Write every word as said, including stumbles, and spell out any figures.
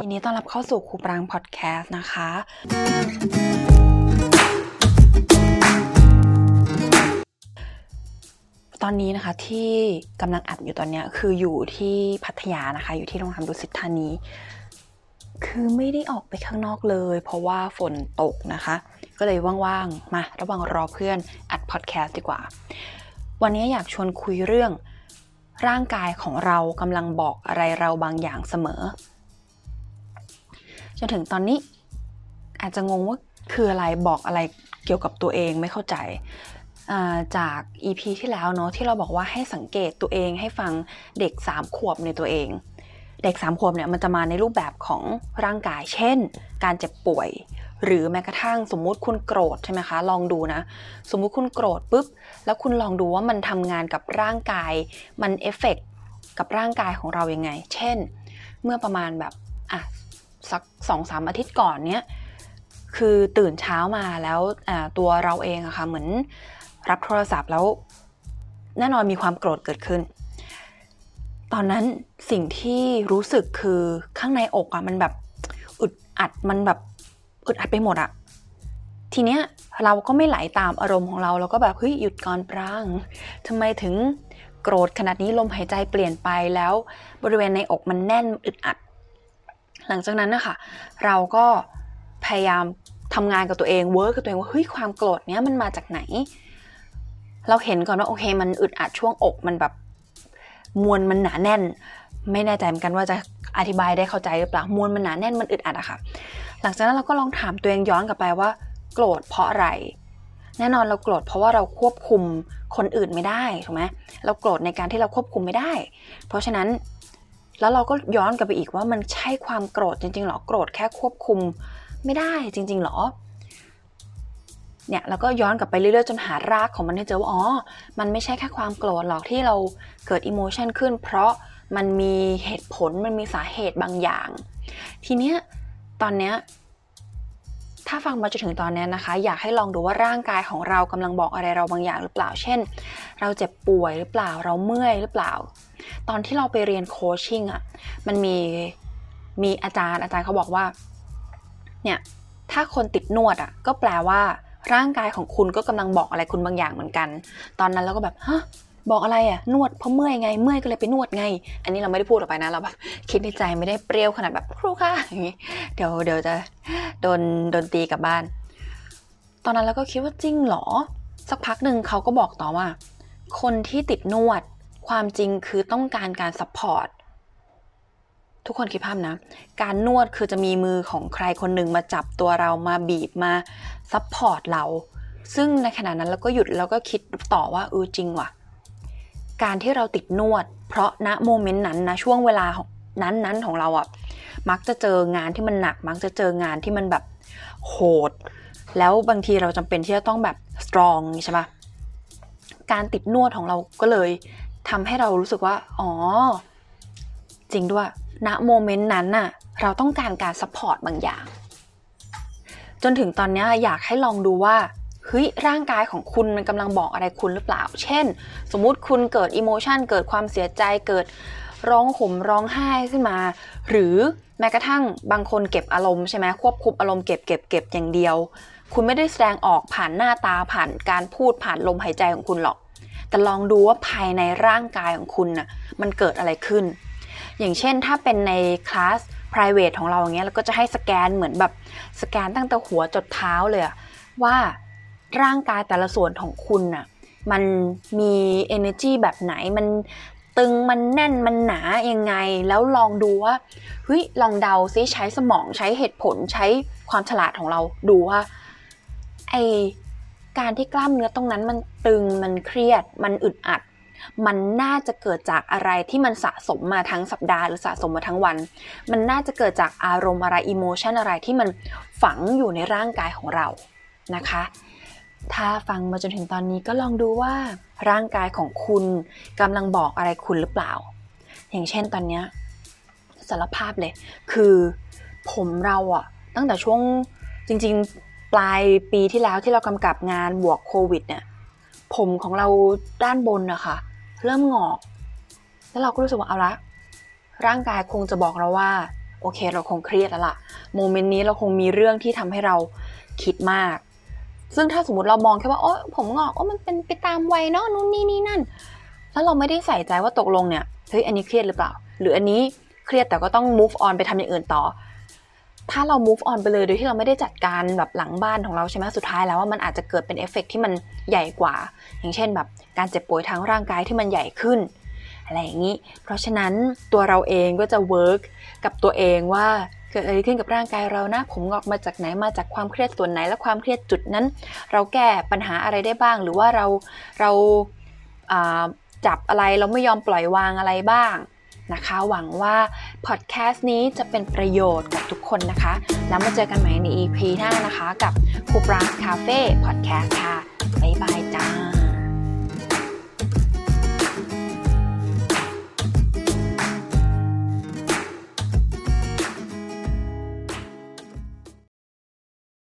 ยินดีต้อนรับเข้าสู่ครูปรางพอดแคสต์นะคะตอนนี้นะคะที่กำลังอัดอยู่ตอนนี้คืออยู่ที่พัทยานะคะอยู่ที่โรงแรมดุสิตธานีคือไม่ได้ออกไปข้างนอกเลยเพราะว่าฝนตกนะคะก็เลยว่างๆมาระหว่างรอเพื่อนอัดพอดแคสต์ดีกว่าวันนี้อยากชวนคุยเรื่องร่างกายของเรากำลังบอกอะไรเราบางอย่างเสมอจนถึงตอนนี้อาจจะงงว่าคืออะไรบอกอะไรเกี่ยวกับตัวเองไม่เข้าใจจาก อี พี ที่แล้วเนาะที่เราบอกว่าให้สังเกตตัวเองให้ฟังเด็กสามขวบในตัวเองเด็กสามขวบเนี่ยมันจะมาในรูปแบบของร่างกายเช่นการเจ็บป่วยหรือแม้กระทั่งสมมุติคุณโกรธใช่ไหมคะลองดูนะสมมุติคุณโกรธปุ๊บแล้วคุณลองดูว่ามันทำงานกับร่างกายมันเอฟเฟกต์กับร่างกายของเรายังไงเช่นเมื่อประมาณแบบอ่ะสัก สองถึงสาม อาทิตย์ก่อนเนี้ยคือตื่นเช้ามาแล้วตัวเราเองอะค่ะเหมือนรับโทรศัพท์แล้วแน่นอนมีความโกรธเกิดขึ้นตอนนั้นสิ่งที่รู้สึกคือข้างในอกอะมันแบบอึดอัดมันแบบอึดอัดไปหมดอะทีเนี้ยเราก็ไม่ไหลตามอารมณ์ของเราเราก็แบบเฮ้ยหยุดก่อนปรางทำไมถึงโกรธขนาดนี้ลมหายใจเปลี่ยนไปแล้วบริเวณในอกมันแน่นอึดอัดหลังจากนั้นนะคะเราก็พยายามทำงานกับตัวเองเวิร์กกับตัวเองว่าเฮ้ยความโกรธเนี้ยมันมาจากไหนเราเห็นก่อนว่าโอเคมันอึดอัดช่วงอกมันแบบมวลมันหนาแน่นไม่แน่ใจเหมือนกันว่าจะอธิบายได้เข้าใจหรือเปล่ามวลมันหนาแน่นมันอึดอัดอะค่ะหลังจากนั้นเราก็ลองถามตัวเองย้อนกลับไปว่าโกรธเพราะอะไรแน่นอนเราโกรธเพราะว่าเราควบคุมคนอื่นไม่ได้ถูกไหมเราโกรธในการที่เราควบคุมไม่ได้เพราะฉะนั้นแล้วเราก็ย้อนกลับไปอีกว่ามันใช่ความโกรธจริงๆหรอโกรธแค่ควบคุมไม่ได้จริงๆหรอเนี่ยแล้วก็ย้อนกลับไปเรื่อยๆจนหารากของมันให้เจอว่าอ๋อมันไม่ใช่แค่ความโกรธหรอกที่เราเกิดอิโมชันขึ้นเพราะมันมีเหตุผลมันมีสาเหตุบางอย่างทีเนี้ยตอนเนี้ยถ้าฟังมาจนถึงตอนนี้นะคะอยากให้ลองดูว่าร่างกายของเรากำลังบอกอะไรเราบางอย่างหรือเปล่าเช่นเราเจ็บป่วยหรือเปล่าเราเมื่อยหรือเปล่าตอนที่เราไปเรียนโคชชิ่งอ่ะมันมีมีอาจารย์อาจารย์เขาบอกว่าเนี่ยถ้าคนติดนวดอ่ะก็แปลว่าร่างกายของคุณก็กำลังบอกอะไรคุณบางอย่างเหมือนกันตอนนั้นเราก็แบบฮะบอกอะไรอ่ะนวดเพราะเมื่อยไงเมื่อยก็เลยไปนวดไงอันนี้เราไม่ได้พูดออกไปนะเราแบบคิดในใจไม่ได้เปรี้ยวขนาดแบบครูค่ะอย่างงี้เดี๋ยวเดี๋ยวจะโดนโดนตีกลับบ้านตอนนั้นเราก็คิดว่าจริงเหรอสักพักนึงเขาก็บอกต่อว่าคนที่ติดนวดความจริงคือต้องการการซัพพอร์ตทุกคนคิดภาพนะการนวดคือจะมีมือของใครคนหนึ่งมาจับตัวเรามาบีบมาซัพพอร์ตเราซึ่งในขณะนั้นเราก็หยุดแล้วก็คิดต่อว่าเออจริงว่ะการที่เราติดนวดเพราะณโมเมนต์นั้นนะช่วงเวลานั้นๆของเราอ่ะมักจะเจองานที่มันหนักมักจะเจองานที่มันแบบโหดแล้วบางทีเราจำเป็นที่จะต้องแบบสตรองใช่ปะการติดนวดของเราก็เลยทำให้เรารู้สึกว่าอ๋อจริงด้วยณโมเมนต์นั้นน่ะเราต้องการการซัพพอร์ตบางอย่างจนถึงตอนนี้อยากให้ลองดูว่าเฮ้ยร่างกายของคุณมันกำลังบอกอะไรคุณหรือเปล่าเช่นสมมุติคุณเกิดอิโมชันเกิดความเสียใจเกิดร้องห่มร้องไห้ขึ้นมาหรือแม้กระทั่งบางคนเก็บอารมณ์ใช่ไหมควบคุมอารมณ์เก็บเก็บเก็บอย่างเดียวคุณไม่ได้แสดงออกผ่านหน้าตาผ่านการพูดผ่านลมหายใจของคุณหรอกแต่ลองดูว่าภายในร่างกายของคุณน่ะมันเกิดอะไรขึ้นอย่างเช่นถ้าเป็นในคลาส private ของเราอย่างเงี้ยเราก็จะให้สแกนเหมือนแบบสแกนตั้งแต่หัวจดเท้าเลยอะว่าร่างกายแต่ละส่วนของคุณน่ะมันมี energy แบบไหนมันตึงมันแน่นมันหนายังไงแล้วลองดูว่าเฮ้ยลองเดาซิใช้สมองใช้เหตุผลใช้ความฉลาดของเราดูว่าไอการที่กล้ามเนื้อตรงนั้นมันตึงมันเครียดมันอึดอัดมันน่าจะเกิดจากอะไรที่มันสะสมมาทั้งสัปดาห์หรือสะสมมาทั้งวันมันน่าจะเกิดจากอารมณ์อะไรอิโมชันอะไรที่มันฝังอยู่ในร่างกายของเรานะคะถ้าฟังมาจนถึงตอนนี้ก็ลองดูว่าร่างกายของคุณกำลังบอกอะไรคุณหรือเปล่าอย่างเช่นตอนนี้สารภาพเลยคือผมเราอะตั้งแต่ช่วงจริงๆปลายปีที่แล้วที่เรากำกับงานบวกโควิดเนี่ยผมของเราด้านบนนะคะเริ่มงอกแล้วเราก็รู้สึกว่าเอาละร่างกายคงจะบอกเราว่าโอโอเคเราคงเครียดแล้วล่ะโมเมนต์นี้เราคงมีเรื่องที่ทำให้เราคิดมากซึ่งถ้าสมมติเรามองแค่ว่าโอ๊ยผมงอกโอ้มันเป็นไปตามวัยเนาะนู่นนี่นี่นั่นแล้วเราไม่ได้ใส่ใจว่าตกลงเนี่ยเฮ้ยอันนี้เครียดหรือเปล่าหรืออันนี้เครียดแต่ก็ต้อง move on ไปทำอย่างอื่นต่อถ้าเรา move on ไปเลยโดยที่เราไม่ได้จัดการแบบหลังบ้านของเราใช่ไหมสุดท้ายแล้วว่ามันอาจจะเกิดเป็นเอฟเฟกต์ที่มันใหญ่กว่าอย่างเช่นแบบการเจ็บป่วยทางร่างกายที่มันใหญ่ขึ้นอะไรอย่างนี้เพราะฉะนั้นตัวเราเองก็จะ work กับตัวเองว่าเกิดอะไรขึ้นกับร่างกายเรานะผมงอกมาจากไหนมาจากความเครียดส่วนไหนและความเครียดจุดนั้นเราแก้ปัญหาอะไรได้บ้างหรือว่าเราเราจับอะไรเราไม่ยอมปล่อยวางอะไรบ้างนะคะหวังว่าพอดแคสต์นี้จะเป็นประโยชน์กับทุกคนนะคะแล้วมาเจอกันใหม่ใน อี พี หน้านะคะกับครูปราคาเฟ่พอดแคสต์ค่ะบ๊ายบายจ้า